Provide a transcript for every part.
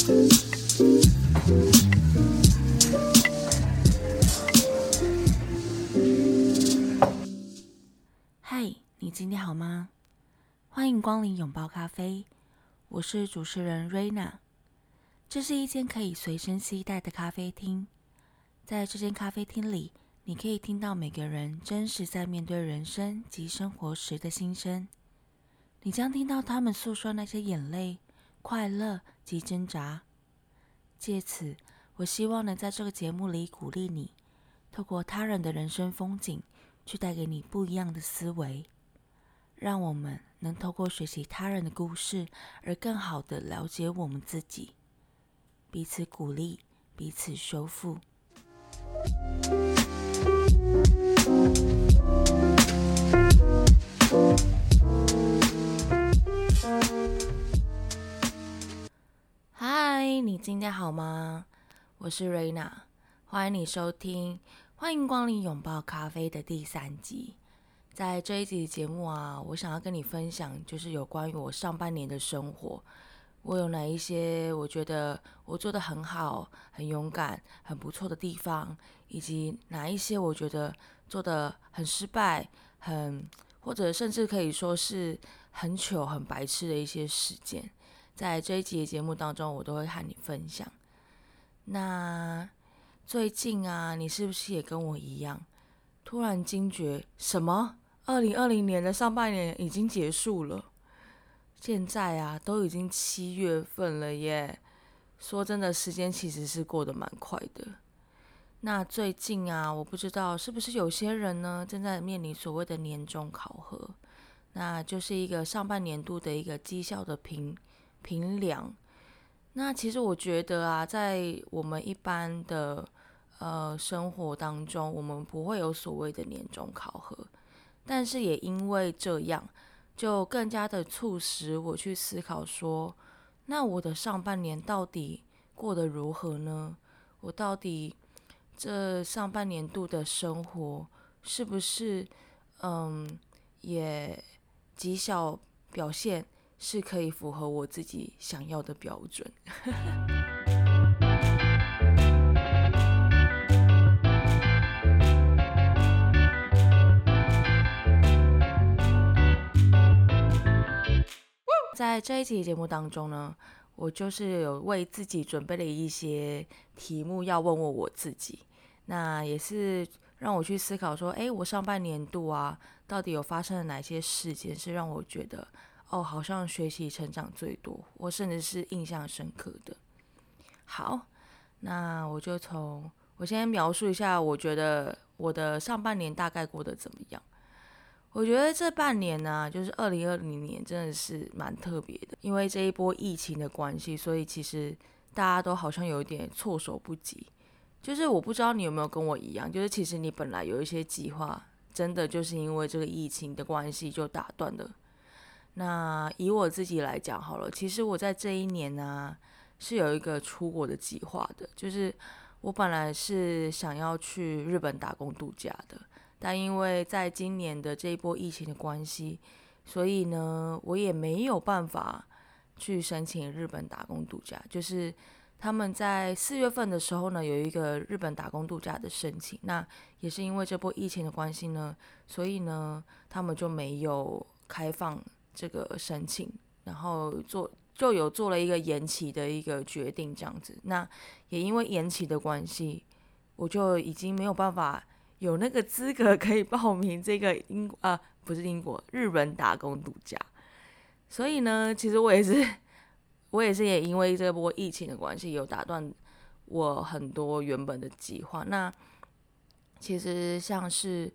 嗨，你今天好吗？欢迎光临拥抱咖啡，我是主持人瑞娜。这是一间可以随身携带的咖啡厅，在这间咖啡厅里，你可以听到每个人真实在面对人生及生活时的心声。你将听到他们诉说那些眼泪、快乐及挣扎。借此，我希望能在这个节目里鼓励你，透过他人的人生风景，去带给你不一样的思维。让我们能透过学习他人的故事，而更好地了解我们自己，彼此鼓励，彼此修复。嗨，你今天好吗？我是瑞娜，欢迎你收听，欢迎光临拥抱咖啡的第3集。在这一集节目啊，我想要跟你分享，就是有关于我上半年的生活。我有哪一些我觉得我做得很好、很勇敢、很不错的地方，以及哪一些我觉得做得很失败、或者甚至可以说是很糗、很白痴的一些事件，在这一集的节目当中，我都会和你分享。那最近啊，你是不是也跟我一样，突然惊觉什么？2020年的上半年已经结束了，现在啊都已经7月份了耶。说真的，时间其实是过得蛮快的。那最近啊，我不知道是不是有些人呢正在面临所谓的年终考核，那就是一个上半年度的一个绩效的评量。那其实我觉得啊，在我们一般的生活当中，我们不会有所谓的年终考核，但是也因为这样，就更加的促使我去思考说，那我的上半年到底过得如何呢？我到底这上半年度的生活是不是也绩效表现是可以符合我自己想要的标准？在这一期节目当中呢，我就是有为自己准备了一些题目要问我自己，那也是让我去思考说，我上半年度啊，到底有发生了哪些事件是让我觉得好像学习成长最多，我甚至是印象深刻的。好，那我先描述一下，我觉得我的上半年大概过得怎么样。我觉得这半年呢，就是2020年，真的是蛮特别的，因为这一波疫情的关系，所以其实大家都好像有一点措手不及。就是我不知道你有没有跟我一样，就是其实你本来有一些计划，真的就是因为这个疫情的关系就打断了。那以我自己来讲好了，其实我在这一年呢，是有一个出国的计划的，就是我本来是想要去日本打工度假的。但因为在今年的这一波疫情的关系，所以呢，我也没有办法去申请日本打工度假。就是他们在4月份的时候呢，有一个日本打工度假的申请，那也是因为这波疫情的关系呢，所以呢，他们就没有开放这个申请，然后就有做了一个延期的一个决定这样子。那也因为延期的关系，我就已经没有办法有那个资格可以报名这个不是英国，日本打工度假。所以呢，其实我也是也因为这波疫情的关系，有打断我很多原本的计划。那其实像是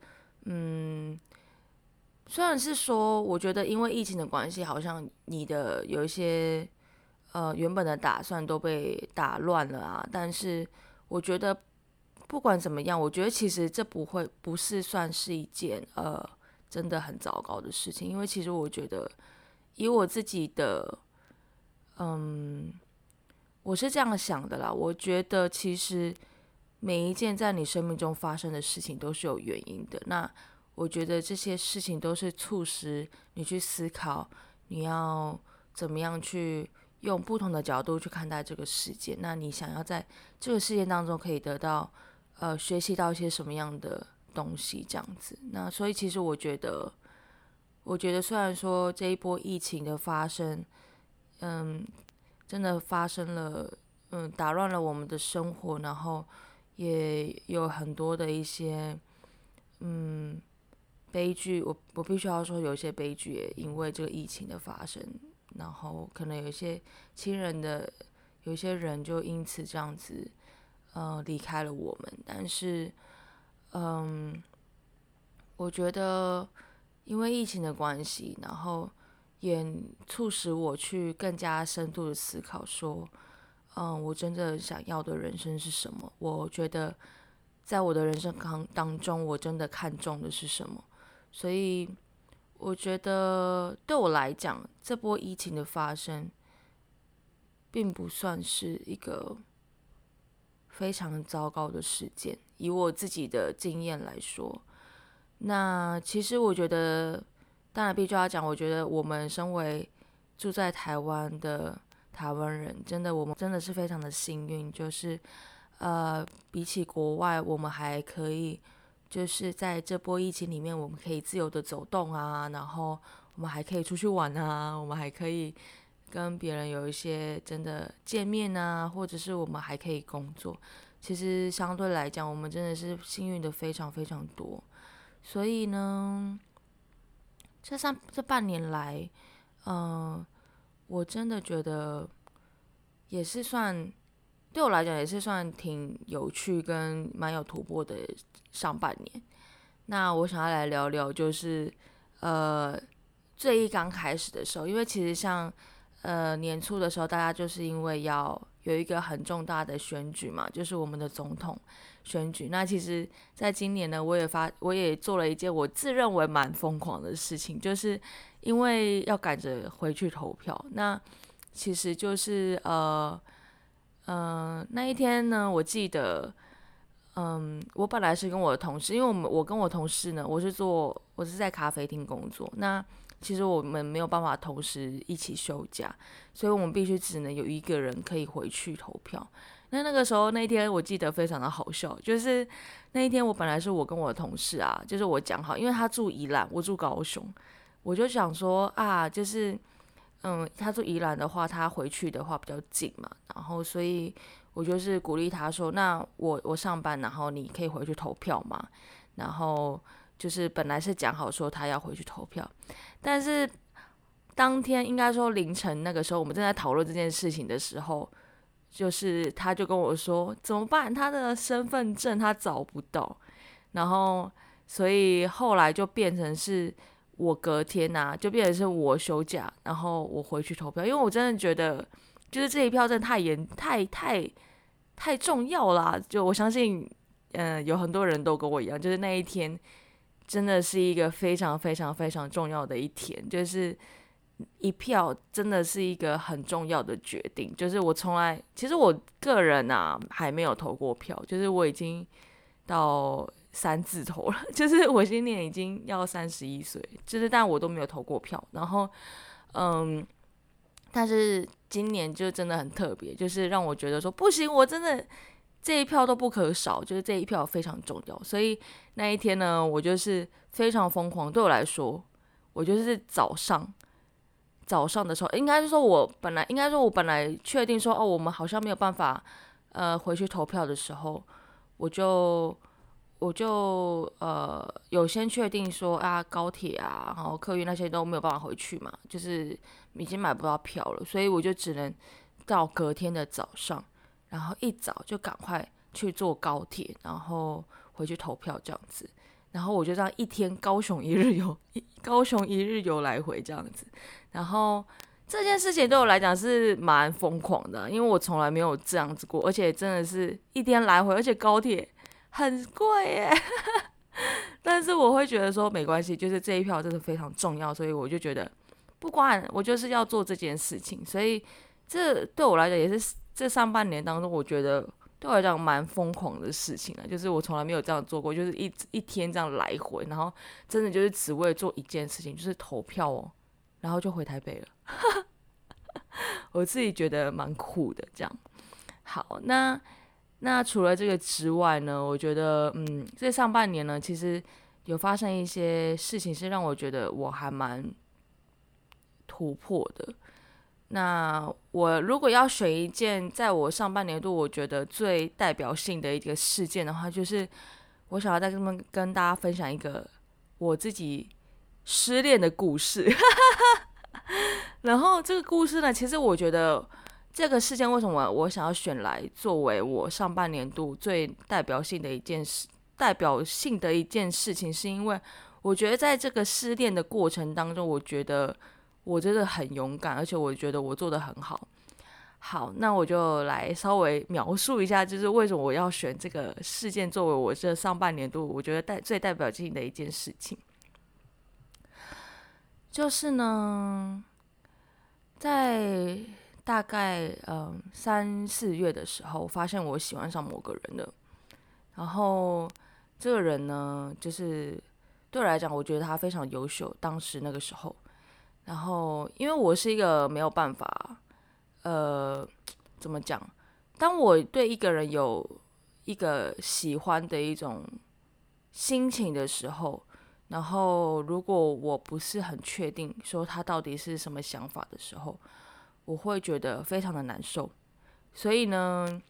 虽然是说，我觉得因为疫情的关系，好像你的有一些原本的打算都被打乱了啊，但是我觉得不管怎么样，我觉得其实这不是算是一件真的很糟糕的事情，因为其实我觉得以我自己的我是这样想的啦，我觉得其实每一件在你生命中发生的事情都是有原因的。那我觉得这些事情都是促使你去思考，你要怎么样去用不同的角度去看待这个事件。那你想要在这个事件当中可以得到学习到一些什么样的东西这样子。那所以其实我觉得虽然说这一波疫情的发生，真的发生了，打乱了我们的生活，然后也有很多的一些悲剧。我必须要说，有一些悲剧也因为这个疫情的发生，然后可能有一些亲人的，有一些人就因此这样子离开了我们。但是我觉得因为疫情的关系，然后也促使我去更加深度的思考说，我真的想要的人生是什么？我觉得在我的人生当中，我真的看重的是什么？所以我觉得对我来讲，这波疫情的发生，并不算是一个非常糟糕的事件。以我自己的经验来说，那其实我觉得，当然必须要讲，我觉得我们身为住在台湾的台湾人，我们真的是非常的幸运，就是比起国外，我们还可以就是在这波疫情里面，我们可以自由的走动啊，然后我们还可以出去玩啊，我们还可以跟别人有一些真的见面啊，或者是我们还可以工作。其实相对来讲，我们真的是幸运的非常非常多。所以呢，这半年来，我真的觉得也是算对我来讲也是算挺有趣跟蛮有突破的上半年。那我想要来聊聊，就是最一刚开始的时候，因为其实像年初的时候，大家就是因为要有一个很重大的选举嘛，就是我们的总统选举。那其实在今年呢，我也做了一件我自认为蛮疯狂的事情，就是因为要赶着回去投票。那其实就是那一天呢，我记得我本来是跟我的同事，因为我跟我同事呢，我是在咖啡厅工作。那其实我们没有办法同时一起休假，所以我们必须只能有一个人可以回去投票。那个时候那一天我记得非常的好笑，就是那一天我本来是我跟我的同事啊，就是我讲好，因为他住宜兰，我住高雄，我就想说啊，就是他住宜兰的话，他回去的话比较近嘛，然后所以我就是鼓励他说，那我上班，然后你可以回去投票嘛。然后就是本来是讲好说他要回去投票，但是当天应该说凌晨那个时候，我们正在讨论这件事情的时候，就是他就跟我说怎么办，他的身份证他找不到。然后所以后来就变成是我隔天啊，就变成是我休假，然后我回去投票，因为我真的觉得就是这一票真的太重要啦。就我相信有很多人都跟我一样，就是那一天真的是一个非常非常非常重要的一天，就是一票真的是一个很重要的决定。就是其实我个人啊还没有投过票，就是我已经到三字头了，就是我今年已经要31岁，就是但我都没有投过票。然后但是今年就真的很特别，就是让我觉得说不行，我真的这一票都不可少，就是这一票非常重要。所以那一天呢，我就是非常疯狂。对我来说，我就是早上的时候，应该说我本来确定说我们好像没有办法回去投票的时候，我就有先确定说啊，高铁啊，然后客运那些都没有办法回去嘛，就是已经买不到票了，所以我就只能到隔天的早上，然后一早就赶快去坐高铁，然后回去投票这样子。然后我就这样一天高雄一日游来回这样子。然后这件事情对我来讲是蛮疯狂的，因为我从来没有这样子过，而且真的是一天来回，而且高铁很贵耶。但是我会觉得说没关系，就是这一票真的非常重要，所以我就觉得不管我就是要做这件事情。所以这对我来讲也是这上半年当中，我觉得对我来讲蛮疯狂的事情了，就是我从来没有这样做过，就是一天这样来回，然后真的就是只为了做一件事情，就是投票哦，然后就回台北了。 我自己觉得蛮酷的这样。好，那除了这个之外呢，我觉得这上半年呢，其实有发生一些事情是让我觉得我还蛮突破的。那我如果要选一件在我上半年度我觉得最代表性的一个事件的话，就是我想要在跟大家分享一个我自己失恋的故事。然后这个故事呢，其实我觉得这个事件为什么我想要选来作为我上半年度最代表性的一件事情，是因为我觉得在这个失恋的过程当中，我觉得我真的很勇敢，而且我觉得我做得很好。好，那我就来稍微描述一下，就是为什么我要选这个事件作为我这上半年度我觉得最代表性的一件事情。就是呢，在大概3、4月的时候，发现我喜欢上某个人了。然后这个人呢，就是对我来讲，我觉得他非常优秀。当时那个时候，然后因为我是一个没有办法，怎么讲？当我对一个人有一个喜欢的一种心情的时候，然后如果我不是很确定说他到底是什么想法的时候，我会觉得非常的难受。所以呢，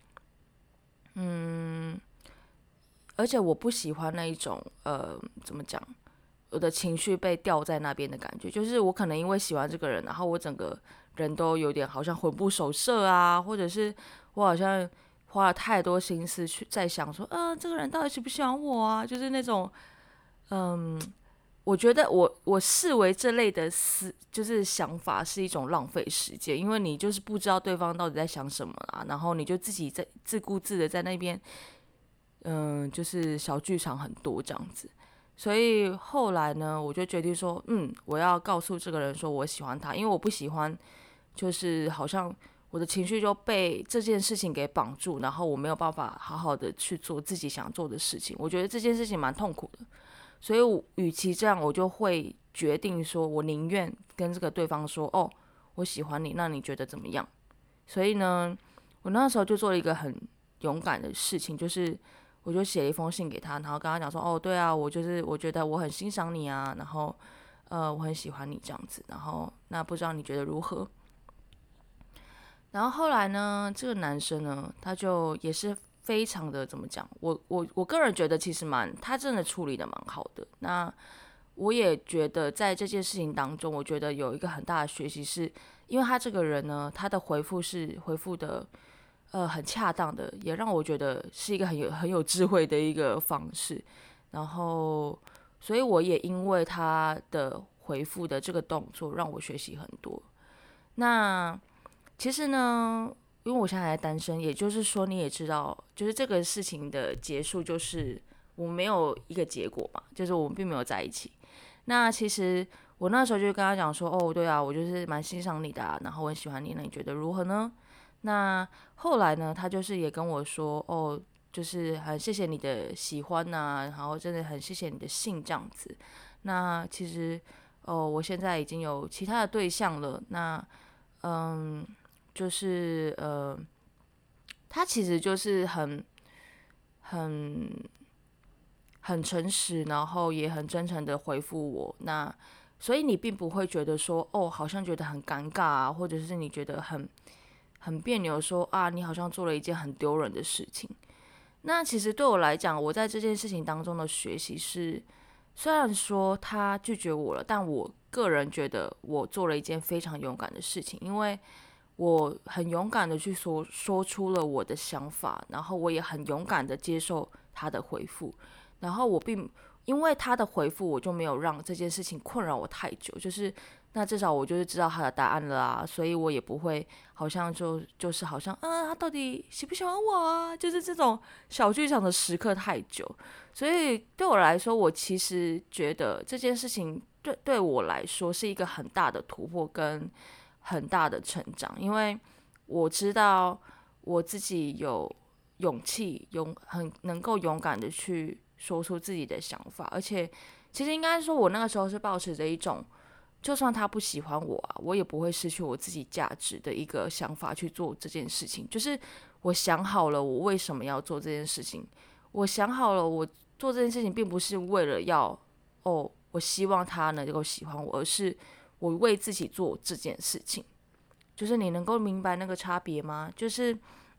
而且我不喜欢那一种怎么讲，我的情绪被吊在那边的感觉。就是我可能因为喜欢这个人，然后我整个人都有点好像魂不守舍啊，或者是我好像花了太多心思去在想说，这个人到底喜不喜欢我啊？就是那种，我觉得我视为这类的就是想法是一种浪费时间，因为你就是不知道对方到底在想什么啊，然后你就自己在自顾自的在那边，就是小剧场很多这样子。所以后来呢，我就决定说，我要告诉这个人说我喜欢他，因为我不喜欢，就是好像我的情绪就被这件事情给绑住，然后我没有办法好好的去做自己想做的事情。我觉得这件事情蛮痛苦的。所以与其这样，我就会决定说，我宁愿跟这个对方说，我喜欢你，那你觉得怎么样？所以呢，我那时候就做了一个很勇敢的事情，就是我就写了一封信给他，然后跟他讲说，对啊，我觉得我很欣赏你啊，然后我很喜欢你这样子，然后那不知道你觉得如何？然后后来呢，这个男生呢，他就也是非常的怎么讲，我个人觉得其实他真的处理的蛮好的。那我也觉得在这件事情当中，我觉得有一个很大的学习是，因为他这个人呢，他的回复的很恰当的，也让我觉得是一个很有智慧的一个方式。然后，所以我也因为他的回复的这个动作，让我学习很多。那其实呢，因为我现在还单身，也就是说你也知道，就是这个事情的结束，就是我们没有一个结果嘛，就是我们并没有在一起。那其实我那时候就跟他讲说，对啊，我就是蛮欣赏你的啊，然后我很喜欢你，那你觉得如何呢？那后来呢，他就是也跟我说，就是很谢谢你的喜欢呐，然后真的很谢谢你的信这样子。那其实我现在已经有其他的对象了，那就是他其实就是很很诚实，然后也很真诚的回复我。那所以你并不会觉得说，好像觉得很尴尬啊，或者是你觉得很别扭说啊，你好像做了一件很丢人的事情。那其实对我来讲，我在这件事情当中的学习是，虽然说他拒绝我了，但我个人觉得我做了一件非常勇敢的事情，因为我很勇敢的去说出了我的想法，然后我也很勇敢的接受他的回复，然后因为他的回复，我就没有让这件事情困扰我太久，就是那至少我就是知道他的答案了啊，所以我也不会好像就是好像他到底喜不喜欢我啊，就是这种小剧场的时刻太久，所以对我来说，我其实觉得这件事情对我来说是一个很大的突破跟很大的成长，因为我知道我自己有勇气，很能够勇敢的去说出自己的想法，而且其实应该说，我那个时候是抱持着一种就算他不喜欢我啊，我也不会失去我自己价值的一个想法去做这件事情。就是我想好了我为什么要做这件事情，我想好了我做这件事情并不是为了要我希望他能够喜欢我，而是我为自己做这件事情。就是你能够明白那个差别吗？就是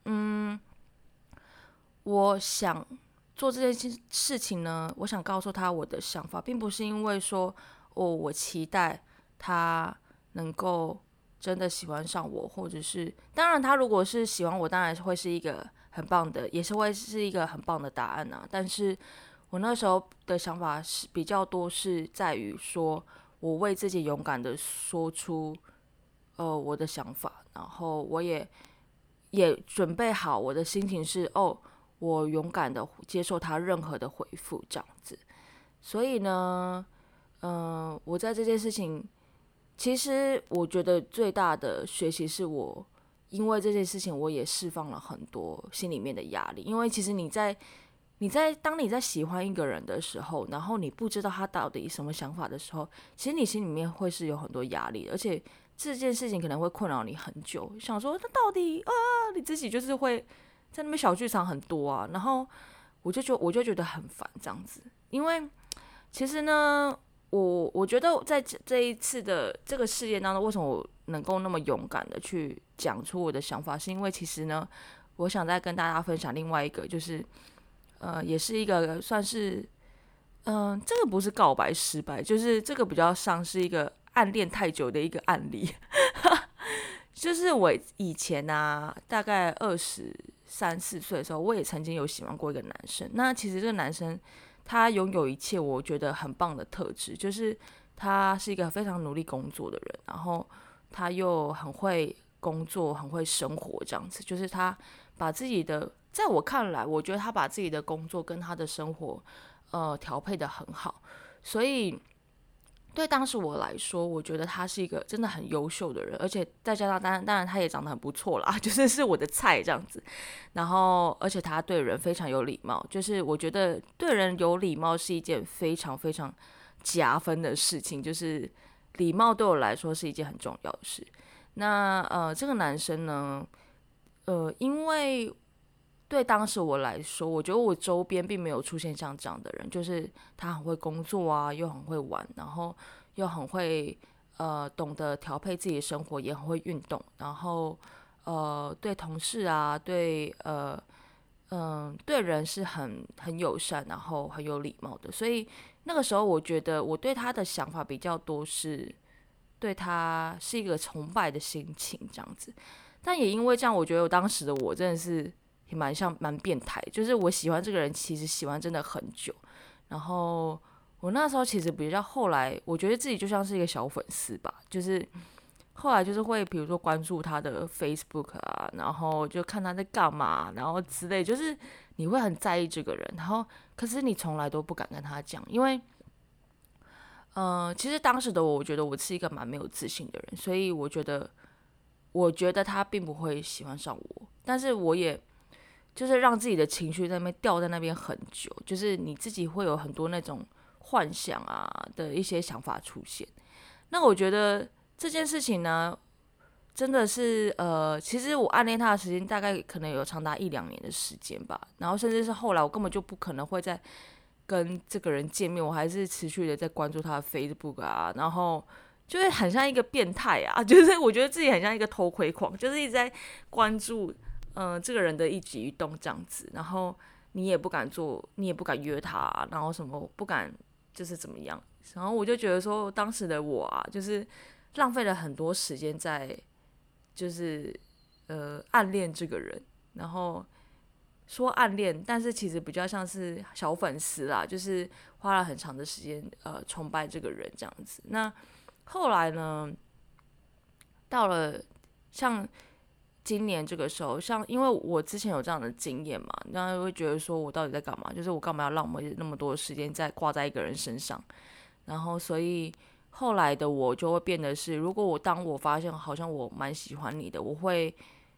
我想做这件事情呢，我想告诉他我的想法，并不是因为说我期待他能够真的喜欢上我，或者是当然他如果是喜欢我，当然会是一个很棒的，也是会是一个很棒的答案啊。但是我那时候的想法是比较多是在于说，我为自己勇敢的说出我的想法，然后我也准备好我的心情是我勇敢的接受他任何的回复这样子。所以呢，我在这件事情，其实我觉得最大的学习是我因为这件事情，我也释放了很多心里面的压力。因为其实当你在喜欢一个人的时候，然后你不知道他到底什么想法的时候，其实你心里面会是有很多压力的，而且这件事情可能会困扰你很久，想说他到底你自己就是会在那边小剧场很多啊，然后我就觉得很烦这样子。因为其实呢，我觉得在这一次的这个事件当中，为什么我能够那么勇敢的去讲出我的想法，是因为其实呢，我想再跟大家分享另外一个，就是也是一个算是这个不是告白失败，就是这个比较像是一个暗恋太久的一个案例。就是我以前啊，大概23、24岁的时候，我也曾经有喜欢过一个男生。那其实这个男生他拥有一切我觉得很棒的特质，就是他是一个非常努力工作的人，然后他又很会工作，很会生活，这样子。就是他把自己的，在我看来，我觉得他把自己的工作跟他的生活调配的很好，所以对当时我来说，我觉得他是一个真的很优秀的人，而且再加上当然他也长得很不错啦，就是我的菜这样子。然后而且他对人非常有礼貌，就是我觉得对人有礼貌是一件非常非常加分的事情，就是礼貌对我来说是一件很重要的事。那这个男生呢，因为对当时我来说，我觉得我周边并没有出现像这样的人，就是他很会工作啊，又很会玩，然后又很会懂得调配自己的生活，也很会运动，然后对同事啊，对人是很友善，然后很有礼貌的。所以那个时候，我觉得我对他的想法比较多是对他是一个崇拜的心情这样子。但也因为这样，我觉得我当时的我真的是也蛮变态，就是我喜欢这个人，其实喜欢真的很久。然后我那时候其实比较后来，我觉得自己就像是一个小粉丝吧，就是后来就是会比如说关注他的 Facebook 啊，然后就看他在干嘛，然后之类，就是你会很在意这个人，然后可是你从来都不敢跟他讲，因为其实当时的我觉得我是一个蛮没有自信的人，所以我觉得他并不会喜欢上我，但是我也就是让自己的情绪在那边吊在那边很久，就是你自己会有很多那种幻想啊的一些想法出现。那我觉得这件事情呢，真的是其实我暗恋他的时间大概可能有长达1-2年的时间吧，然后甚至是后来我根本就不可能会再跟这个人见面，我还是持续的在关注他的 Facebook 啊，然后就会很像一个变态啊，就是我觉得自己很像一个偷窥狂，就是一直在关注这个人的一举一动这样子，然后你也不敢做，你也不敢约他，然后什么不敢就是怎么样，然后我就觉得说当时的我啊，就是浪费了很多时间在就是暗恋这个人，然后说暗恋，但是其实比较像是小粉丝啦，就是花了很长的时间崇拜这个人这样子。那后来呢，到了像今年这个时候，像因为我之前有这样的经验嘛，然后会觉得说我到底在干嘛？就是我干嘛要浪费那么多的时间在挂在一个人身上？然后所以后来的我就会变得是，如果当我发现好像我蛮喜欢你的，我会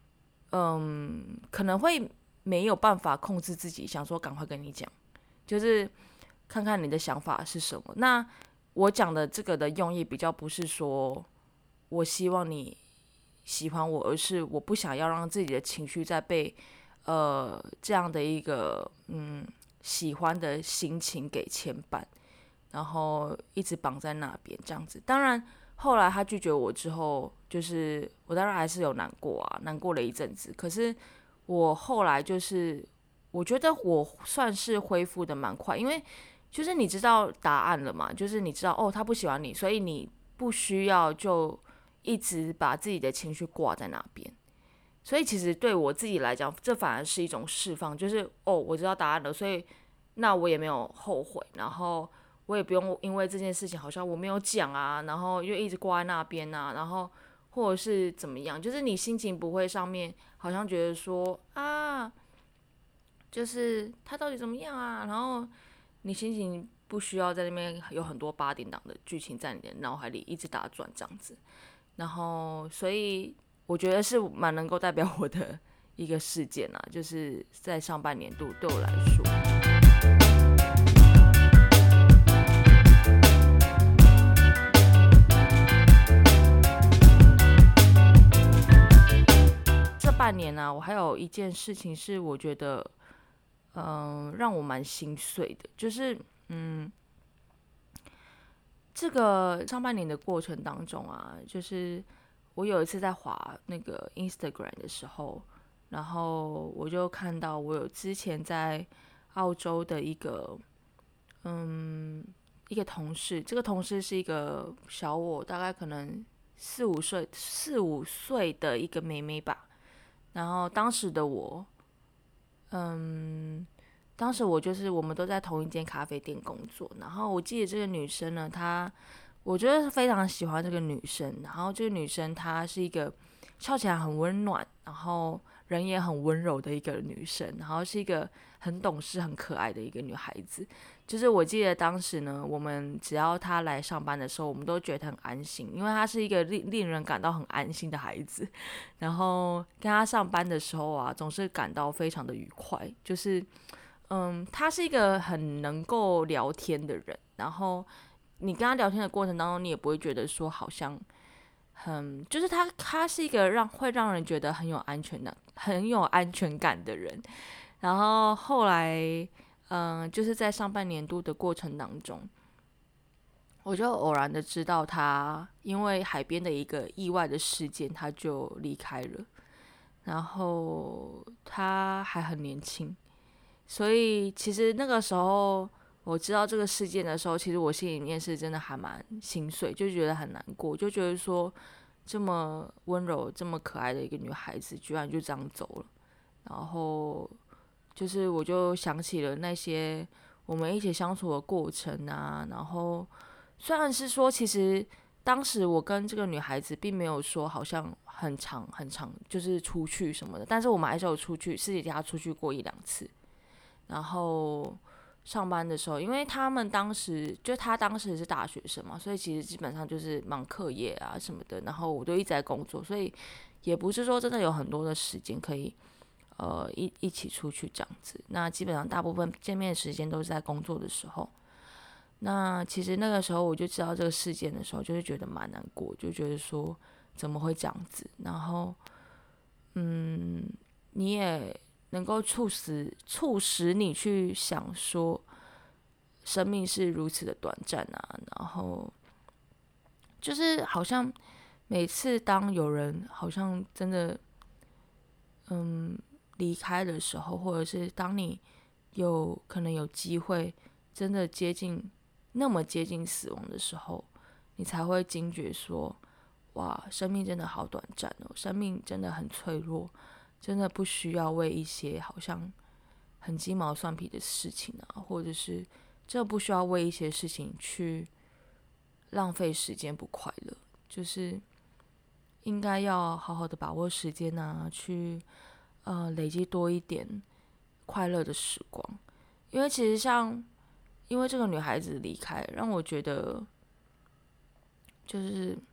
可能会没有办法控制自己，想说赶快跟你讲，就是看看你的想法是什么。那我讲的这个的用意比较不是说我希望你喜欢我，而是我不想要让自己的情绪再被这样的一个喜欢的心情给牵绊，然后一直绑在那边这样子。当然后来他拒绝我之后，就是我当然还是有难过啊，难过了一阵子。可是我后来就是我觉得我算是恢复的蛮快，因为就是你知道答案了嘛，就是你知道他不喜欢你，所以你不需要就一直把自己的情绪挂在那边。所以其实对我自己来讲，这反而是一种释放，就是我知道答案了，所以那我也没有后悔，然后我也不用因为这件事情好像我没有讲啊，然后又一直挂在那边啊，然后或者是怎么样，就是你心情不会上面好像觉得说啊，就是他到底怎么样啊，然后你心情不需要在那边有很多8点档的剧情在你的脑海里一直打转这样子，然后所以我觉得是蛮能够代表我的一个事件啊，就是在上半年度对我来说。这半年呢，我还有一件事情是我觉得，让我蛮心碎的，就是这个上半年的过程当中啊，就是我有一次在滑那个 Instagram 的时候，然后我就看到我有之前在澳洲的一个同事，这个同事是一个小我大概可能四五岁的一个妹妹吧。然后当时我就是我们都在同一间咖啡店工作，然后我记得这个女生呢，我觉得非常喜欢这个女生，然后这个女生她是一个笑起来很温暖，然后人也很温柔的一个女生，然后是一个很懂事、很可爱的一个女孩子。就是我记得当时呢，我们只要她来上班的时候，我们都觉得很安心，因为她是一个令人感到很安心的孩子。然后跟她上班的时候啊，总是感到非常的愉快，就是她是一个很能够聊天的人，然后你跟她聊天的过程当中，你也不会觉得说好像就是她是一个会让人觉得很有安全感的人。然后后来就是在上半年度的过程当中，我就偶然的知道她因为海边的一个意外的事件，她就离开了。然后她还很年轻，所以其实那个时候我知道这个事件的时候，其实我心里面是真的还蛮心碎，就觉得很难过，就觉得说这么温柔、这么可爱的一个女孩子，居然就这样走了。然后就是我就想起了那些我们一起相处的过程啊，然后虽然是说其实当时我跟这个女孩子并没有说好像很长很长就是出去什么的，但是我们还是有出去私底下出去过1-2次。然后上班的时候，因为他当时是大学生嘛，所以其实基本上就是忙课业啊什么的，然后我都一直在工作，所以也不是说真的有很多的时间可以一起出去这样子。那基本上大部分见面的时间都是在工作的时候。那其实那个时候我就知道这个事件的时候，就是觉得蛮难过，就觉得说怎么会这样子，然后你也能够促使你去想说，生命是如此的短暂啊，然后就是好像每次当有人好像真的离开的时候，或者是当你可能有机会真的那么接近死亡的时候，你才会惊觉说，哇，生命真的好短暂哦，生命真的很脆弱，真的不需要为一些好像很鸡毛蒜皮的事情啊，或者是真的不需要为一些事情去浪费时间不快乐，就是应该要好好的把握时间啊，去累积多一点快乐的时光。因为其实因为这个女孩子离开，让我觉得就是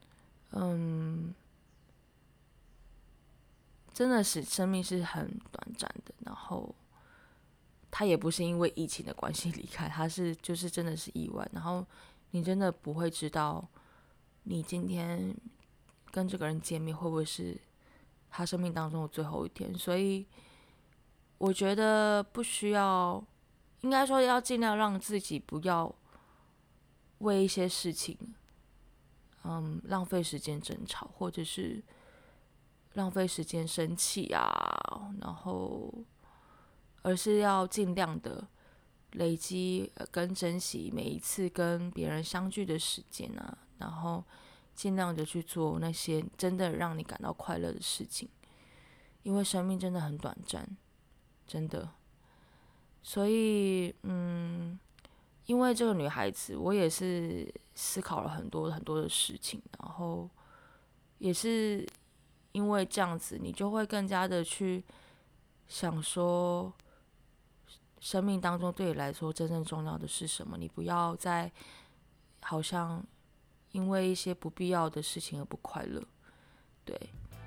真的是生命是很短暂的，然后她也不是因为疫情的关系离开，她就是真的是意外，然后你真的不会知道你今天跟这个人见面会不会是他生命当中的最后一天。所以我觉得不需要，应该说要尽量让自己不要为一些事情浪费时间争吵，或者是浪费时间生气啊，然后而是要尽量的累积跟珍惜每一次跟别人相聚的时间啊，然后尽量的去做那些真的让你感到快乐的事情，因为生命真的很短暂，真的。所以因为这个女孩子，我也是思考了很多很多的事情，然后也是因为这样子，你就会更加的去想说，生命当中对你来说真正重要的是什么？你不要再好像因为一些不必要的事情而不快乐。对，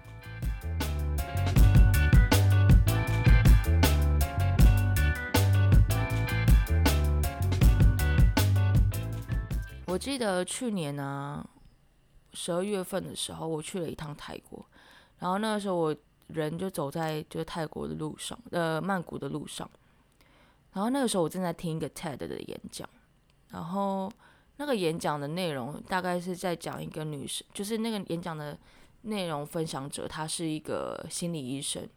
我记得去年12月份的时候，我去了一趟泰国，然后那个时候我人就走在就是泰国的路上，曼谷的路上，然后那个时候我正在听一个 TED 的演讲，然后那个演讲的内容大概是在讲一个女生，就是那个演讲的内容分享者，她是一个心理医生。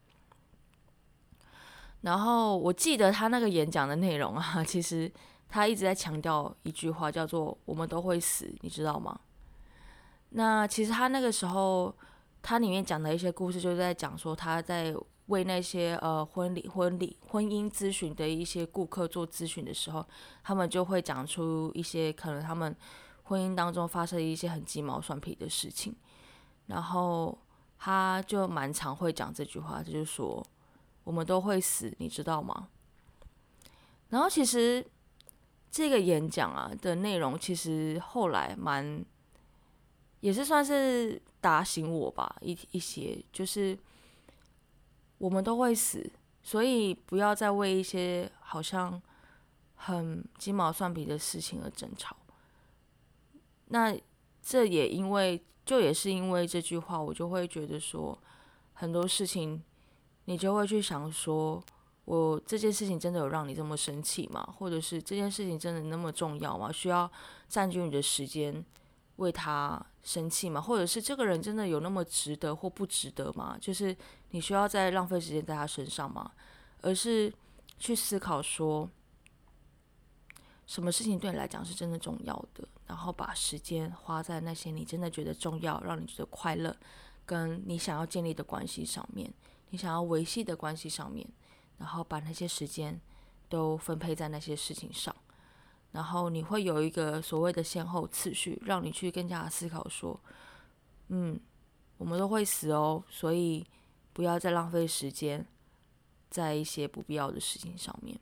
然后我记得他那个演讲的内容其实他一直在强调一句话，叫做"我们都会死"，你知道吗？那其实他那个时候，他里面讲的一些故事，就是在讲说他在为那些婚姻咨询的一些顾客做咨询的时候，他们就会讲出一些可能他们婚姻当中发生一些很鸡毛蒜皮的事情，然后他就蛮常会讲这句话，就是说我们都会死，你知道吗？然后其实这个演讲的内容，其实后来也是算是打醒我吧，一些就是我们都会死，所以不要再为一些好像很鸡毛蒜皮的事情而争吵。那这也是因为这句话，我就会觉得说，很多事情你就会去想说，我这件事情真的有让你这么生气吗？或者是这件事情真的那么重要吗？需要占据你的时间为他生气吗？或者是这个人真的有那么值得或不值得吗？就是你需要再浪费时间在他身上吗？而是去思考说，什么事情对你来讲是真的重要的，然后把时间花在那些你真的觉得重要、让你觉得快乐，跟你想要建立的关系上面，你想要维系的关系上面，然后把那些时间都分配在那些事情上，然后你会有一个所谓的先后次序，让你去更加思考说，我们都会死哦，所以不要再浪费时间在一些不必要的事情上面。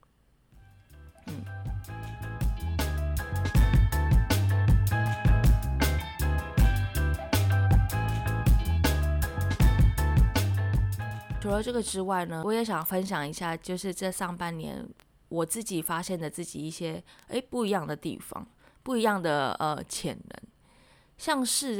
除了这个之外呢，我也想分享一下，就是这上半年我自己发现的自己一些不一样的地方，不一样的潜能，像是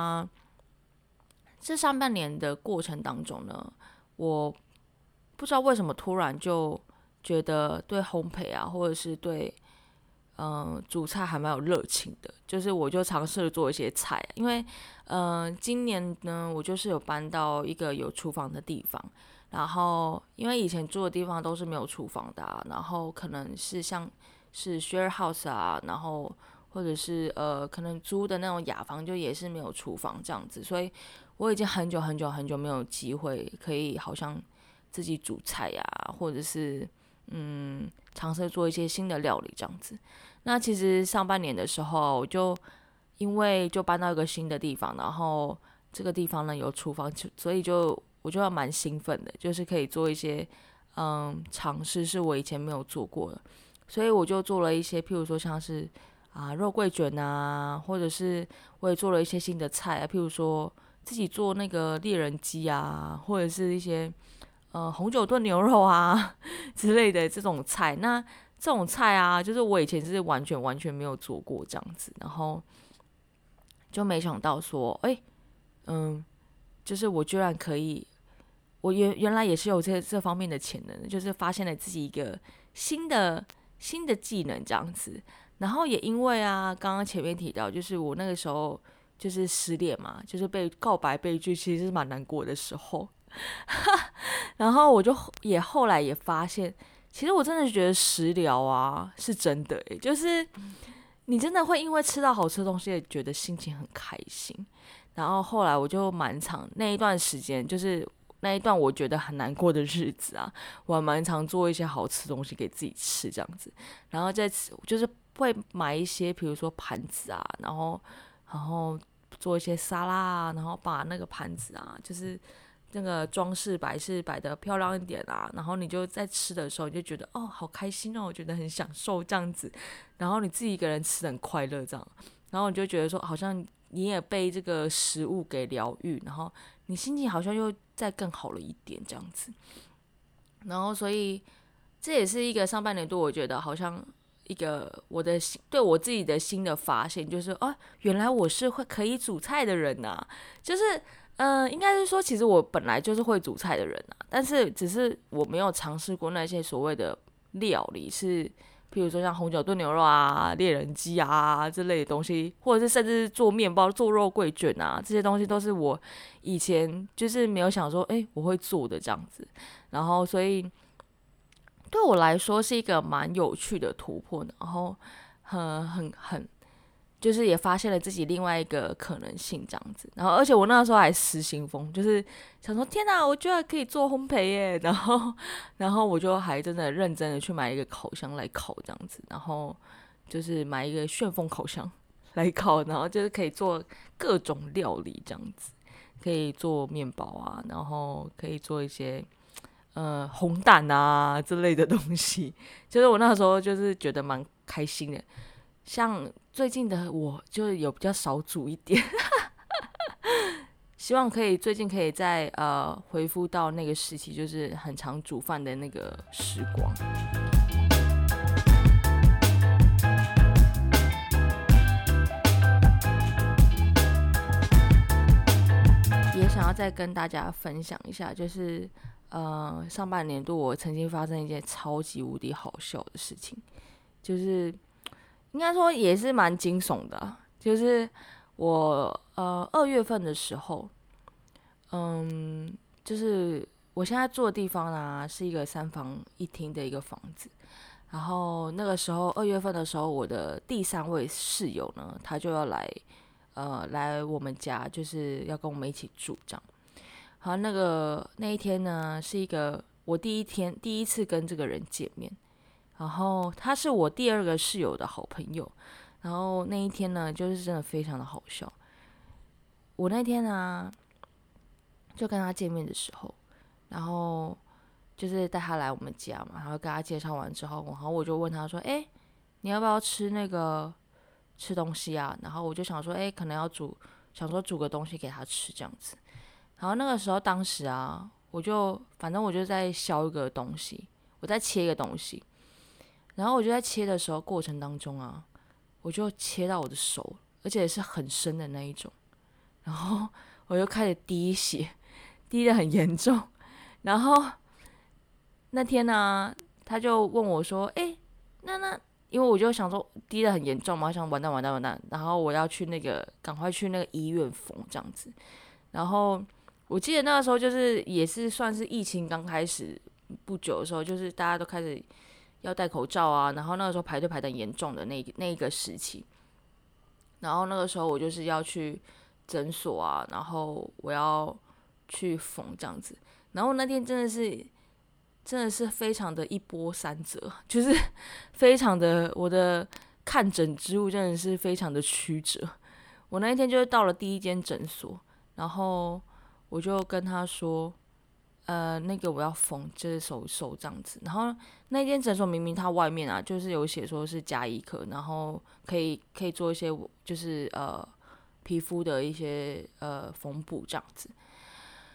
这上半年的过程当中呢，我不知道为什么突然就觉得对烘焙或者是对煮菜还蛮有热情的，就是我就尝试了做一些菜，因为今年呢，我就是有搬到一个有厨房的地方，然后因为以前住的地方都是没有厨房的然后可能是像是 share house 然后或者是可能租的那种雅房，就也是没有厨房这样子，所以我已经很久很久很久没有机会可以好像自己煮菜或者是尝试做一些新的料理这样子。那其实上半年的时候，我就因为就搬到一个新的地方，然后这个地方呢有厨房，所以我就蛮兴奋的，就是可以做一些尝试是我以前没有做过的，所以我就做了一些，譬如说像是肉桂卷或者是我也做了一些新的菜譬如说自己做那个猎人鸡或者是一些红酒炖牛肉之类的这种菜。那这种菜啊，就是我以前是完全没有做过这样子，然后就没想到说，就是我居然可以，我原来也是有这方面的潜能，就是发现了自己一个新的技能这样子。然后也因为啊，刚刚前面提到，就是我那个时候就是失恋嘛，就是被告白被拒，其实是蛮难过的时候。然后我就后来也发现，其实我真的觉得食疗啊是真的就是你真的会因为吃到好吃的东西，也觉得心情很开心。然后后来我就蛮长那一段时间，就是那一段我觉得很难过的日子啊，我还蛮常做一些好吃的东西给自己吃这样子。然后再吃就是会买一些，比如说盘子啊，然后做一些沙拉啊，然后把那个盘子啊，就是那个装饰摆饰摆得漂亮一点啊，然后你就在吃的时候，你就觉得哦，好开心哦，我觉得很享受这样子，然后你自己一个人吃得很快乐这样，然后你就觉得说，好像你也被这个食物给疗愈，然后你心情好像又再更好了一点这样子，然后所以这也是一个上半年度，我觉得好像一个对我自己的新的发现，就是原来我是可以煮菜的人呐、就是应该是说，其实我本来就是会煮菜的人啊，但是只是我没有尝试过那些所谓的料理，譬如说像红酒炖牛肉啊、猎人鸡啊这类的东西，或者是甚至是做面包、做肉桂卷啊，这些东西都是我以前就是没有想说，我会做的这样子。然后，所以对我来说是一个蛮有趣的突破，然后很就是也发现了自己另外一个可能性这样子，然后而且我那时候还失心疯，就是想说天哪，我居然可以做烘焙耶，然后我就还真的认真的去买一个烤箱来烤这样子，然后就是买一个旋风烤箱来烤，然后就是可以做各种料理这样子，可以做面包啊，然后可以做一些红蛋啊之类的东西，就是我那时候就是觉得蛮开心的。像最近的我就有比较少煮一点，希望最近可以再恢复到那个时期，就是很常煮饭的那个时光。也想要再跟大家分享一下，就是上半年度我曾经发生一件超级无敌好笑的事情，就是应该说也是蛮惊悚的啊，就是我2月份的时候，就是我现在住的地方呢是一个3房1厅的一个房子，然后那个时候2月份的时候，我的第3位室友呢，他就要来我们家，就是要跟我们一起住这样。好，那一天呢，是我第一次跟这个人见面，然后他是我第2个室友的好朋友，然后那一天呢，就是真的非常的好笑。我那天呢，就跟他见面的时候，然后就是带他来我们家嘛，然后跟他介绍完之后，然后我就问他说：“哎，你要不要吃东西啊？”然后我就想说：“哎，可能想说煮个东西给他吃这样子。”然后那个时候，当时啊，反正我就在削一个东西，我在切一个东西，然后我就在切的时候过程当中啊，我就切到我的手，而且是很深的那一种，然后我就开始滴血，滴得很严重。然后那天呢，他就问我说：“哎，那，因为我就想说滴得很严重嘛，想完蛋完蛋完蛋，然后我要赶快去那个医院缝这样子。”然后我记得那个时候就是也是算是疫情刚开始不久的时候，就是大家都开始要戴口罩啊，然后那个时候排队排得很严重的那一个时期，然后那个时候我就是要去诊所啊，然后我要去缝这样子，然后那天真的是非常的一波三折，就是非常的我的看诊之路真的是非常的曲折。我那一天就是到了第一间诊所，然后我就跟他说，那个我要缝，就是手这样子。然后那间诊所明明它外面啊，就是有写说是家医科，然后可以做一些就是皮肤的一些缝补这样子。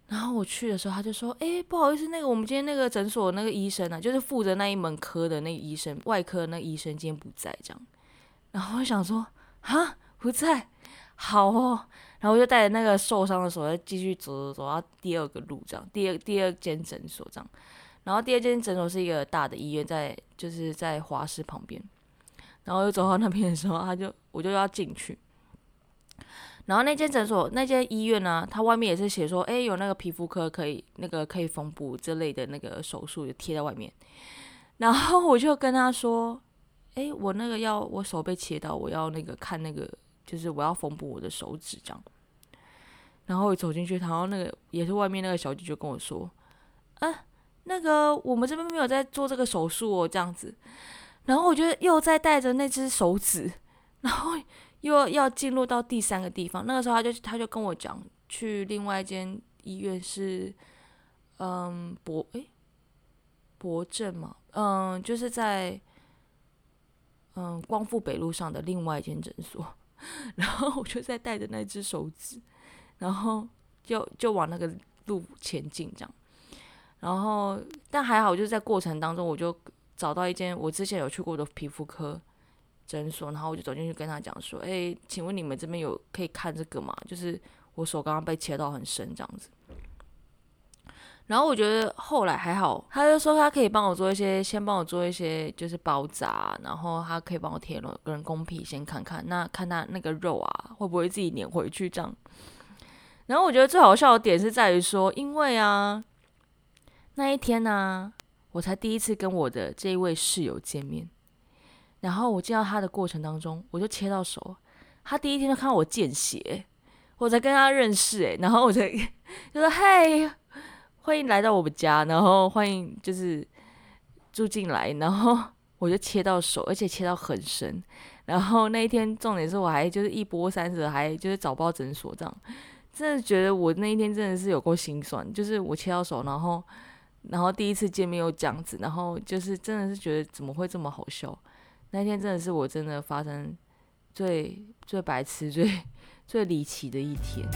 然后我去的时候，他就说：“不好意思，那个我们今天那个诊所那个医生啊，就是负责那一门科的那个医生，外科的那个医生今天不在。”这样，然后我想说：“哈，不在，好哦。”然后我就带着那个受伤的手，再继续走到第二个路，这样，第二间诊所这样。然后第二间诊所是一个大的医院，就是在华师旁边。然后又走到那边的时候，我就要进去。然后那间诊所、那间医院呢，它外面也是写说，有那个皮肤科可以缝补之类的那个手术，就贴在外面。然后我就跟他说，我那个我手被切到，我要那个看那个，就是我要缝补我的手指这样。然后我走进去，然后那个也是外面那个小姐就跟我说，那个我们这边没有在做这个手术哦，这样子。然后我就又在带着那只手指，然后又要进入到第三个地方。那个时候他就跟我讲，去另外一间医院是博正嘛，就是在光复北路上的另外一间诊所。然后我就在带着那只手指，然后就往那个路前进这样。然后但还好，就是在过程当中我就找到一间我之前有去过的皮肤科诊所，然后我就走进去跟他讲说，请问你们这边有可以看这个吗？就是我手刚刚被切到很深这样子。然后我觉得后来还好，他就说他可以先帮我做一些就是包扎，然后他可以帮我贴人工皮先看看，看他那个肉啊会不会自己粘回去这样。然后我觉得最好笑的点是在于说，因为那一天我才第一次跟我的这一位室友见面。然后我见到他的过程当中，我就切到手。他第一天就看到我见血，我才跟他认识然后我才就说：“嘿，欢迎来到我们家，然后欢迎就是住进来。”然后我就切到手，而且切到很深。然后那一天重点是我还就是一波三折，还就是找不到诊所这样。真的觉得我那一天真的是有够心酸，就是我切到手，然后第一次见面又这样子，然后就是真的是觉得怎么会这么好笑。那天真的是我真的发生最白痴、最离奇的一天。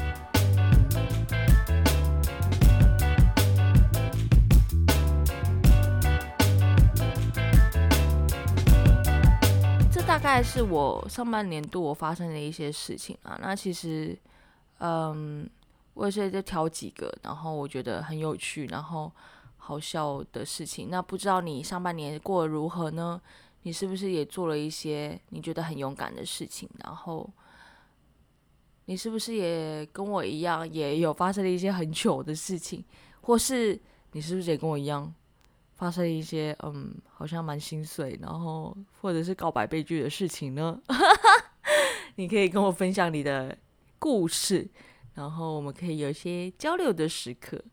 这大概是我上半年度我发生的一些事情啊。那其实，我也是就挑几个，然后我觉得很有趣，然后好笑的事情。那不知道你上半年过得如何呢？你是不是也做了一些你觉得很勇敢的事情？然后你是不是也跟我一样，也有发生了一些很糗的事情？或是你是不是也跟我一样，发生了一些好像蛮心碎，然后或者是告白悲剧的事情呢？你可以跟我分享你的故事，然后我们可以有一些交流的时刻。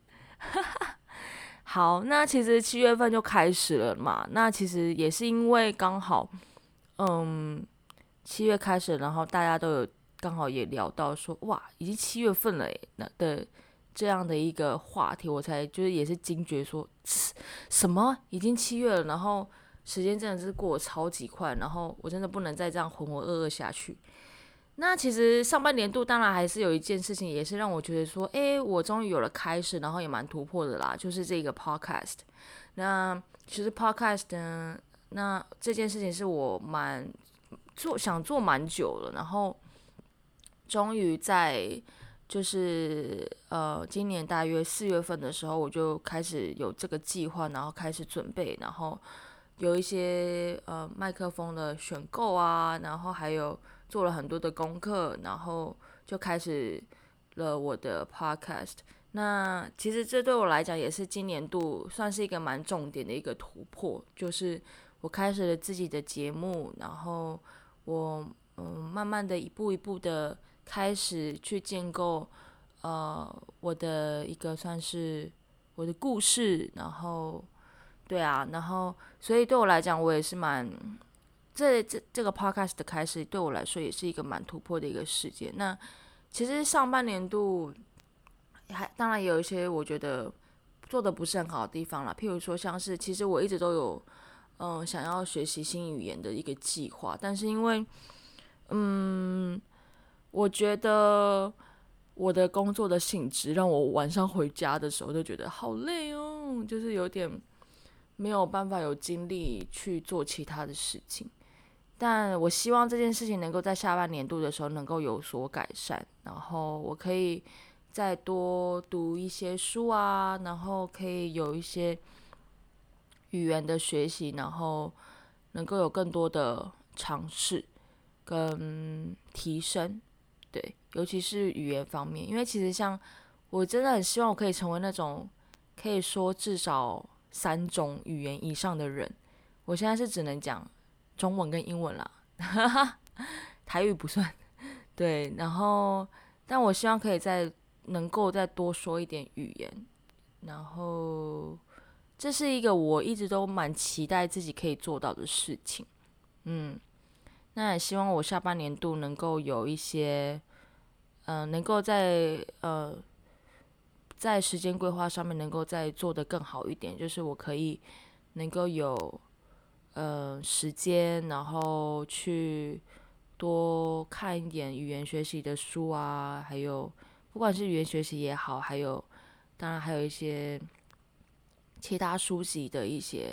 好，那其实7月份就开始了嘛。那其实也是因为刚好7月开始，然后大家都有刚好也聊到说，哇，已经7月份了的这样的一个话题，我才就是也是惊觉说，什么已经7月了，然后时间真的是过得超级快，然后我真的不能再这样浑浑噩噩下去。那其实上半年度当然还是有一件事情，也是让我觉得说，我终于有了开始，然后也蛮突破的啦，就是这个 podcast。那其实 podcast 呢，那这件事情是我想做蛮久了，然后终于在就是今年大约4月份的时候，我就开始有这个计划，然后开始准备，然后有一些麦克风的选购啊，然后还有做了很多的功课，然后就开始了我的 podcast。那其实这对我来讲也是今年度算是一个蛮重点的一个突破，就是我开始了自己的节目，然后我慢慢的一步一步的开始去建构我的一个算是我的故事，然后对啊，然后所以对我来讲，我也是蛮这个 podcast 的开始，对我来说也是一个蛮突破的一个事件。那其实上半年度当然也有一些我觉得做的不是很好的地方啦，譬如说像是其实我一直都有想要学习新语言的一个计划，但是因为我觉得我的工作的性质让我晚上回家的时候就觉得好累哦，就是有点没有办法有精力去做其他的事情。但我希望这件事情能够在下半年度的时候能够有所改善，然后我可以再多读一些书啊，然后可以有一些语言的学习，然后能够有更多的尝试跟提升。对，尤其是语言方面，因为其实像我真的很希望我可以成为那种可以说至少3种语言以上的人。我现在是只能讲中文跟英文啦，台语不算。对，然后但我希望可以能够再多说一点语言，然后这是一个我一直都蛮期待自己可以做到的事情。那也希望我下半年度能够有一些，能够在时间规划上面能够再做得更好一点，就是我可以能够有时间，然后去多看一点语言学习的书啊，还有不管是语言学习也好，还有当然还有一些其他书籍的一些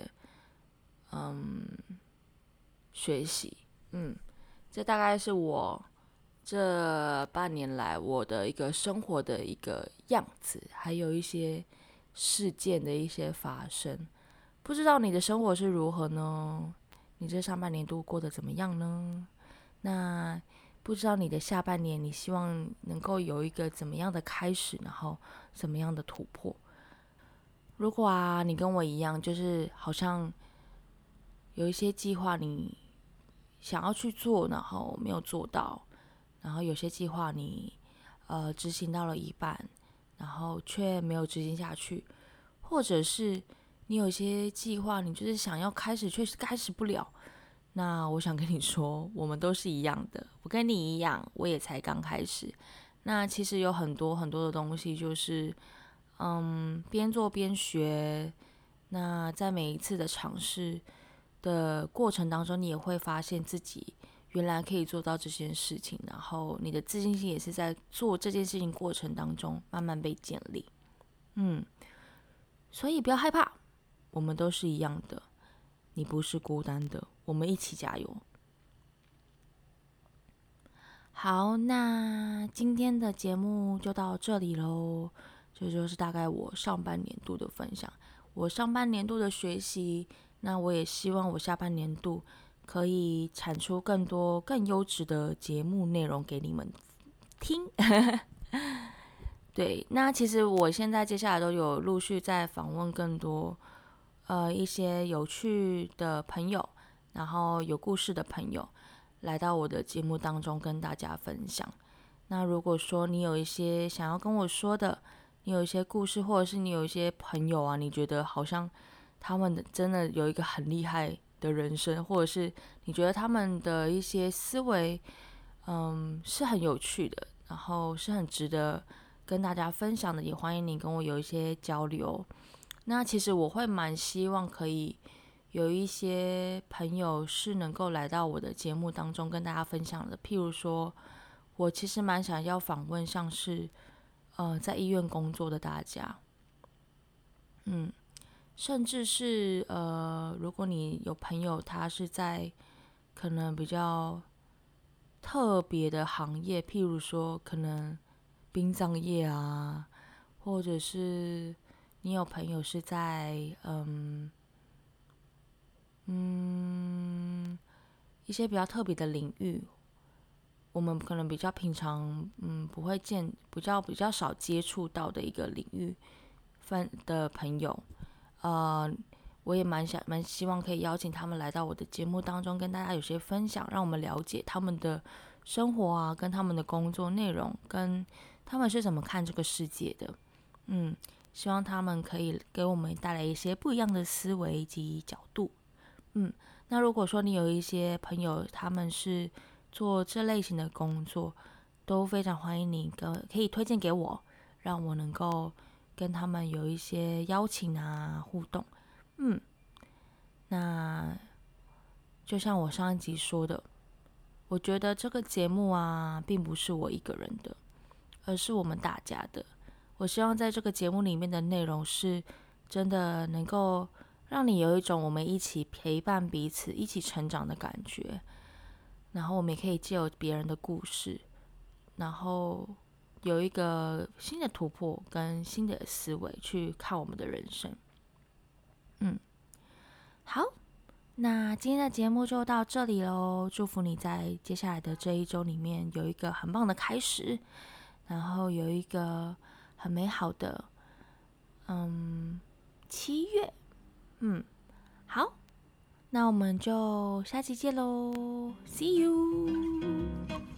学习。这大概是我这半年来我的一个生活的一个样子，还有一些事件的一些发生。不知道你的生活是如何呢？你这上半年度过得怎么样呢？那不知道你的下半年，你希望能够有一个怎么样的开始，然后怎么样的突破？如果你跟我一样，就是好像有一些计划你想要去做，然后没有做到，然后有些计划你执行到了一半，然后却没有执行下去，或者是你有些计划你就是想要开始却是开始不了。那我想跟你说，我们都是一样的，我跟你一样，我也才刚开始。那其实有很多很多的东西，就是边做边学。那在每一次的尝试的过程当中，你也会发现自己原来可以做到这件事情，然后你的自信心也是在做这件事情过程当中慢慢被建立。所以不要害怕，我们都是一样的，你不是孤单的，我们一起加油。好，那今天的节目就到这里咯，这就是大概我上半年度的分享，我上半年度的学习。那我也希望我下半年度可以产出更多更优质的节目内容给你们听。对，那其实我现在接下来都有陆续在访问更多一些有趣的朋友，然后有故事的朋友来到我的节目当中跟大家分享。那如果说你有一些想要跟我说的，你有一些故事，或者是你有一些朋友你觉得好像他们真的有一个很厉害的人生，或者是你觉得他们的一些思维是很有趣的，然后是很值得跟大家分享的，也欢迎你跟我有一些交流。那其实我会蛮希望可以有一些朋友是能够来到我的节目当中跟大家分享的，譬如说我其实蛮想要访问像是在医院工作的大家，甚至是如果你有朋友他是在可能比较特别的行业，譬如说可能殡葬业啊，或者是你有朋友是在一些比较特别的领域，我们可能比较平常不会比较少接触到的一个领域的朋友，我也蛮希望可以邀请他们来到我的节目当中，跟大家有些分享，让我们了解他们的生活跟他们的工作内容，跟他们是怎么看这个世界的。希望他们可以给我们带来一些不一样的思维及角度。那如果说你有一些朋友他们是做这类型的工作，都非常欢迎你可以推荐给我，让我能够跟他们有一些邀请互动。那就像我上一集说的，我觉得这个节目并不是我一个人的， 而是我们大家的。我希望在这个节目里面的内容是真的能够让你有一种我们一起陪伴彼此、一起成长的感觉。然后我们也可以借由别人的故事，然后有一个新的突破跟新的思维去看我们的人生。好，那今天的节目就到这里咯，祝福你在接下来的这一周里面有一个很棒的开始，然后有一个很美好的7月。好，那我们就下期见咯， See you。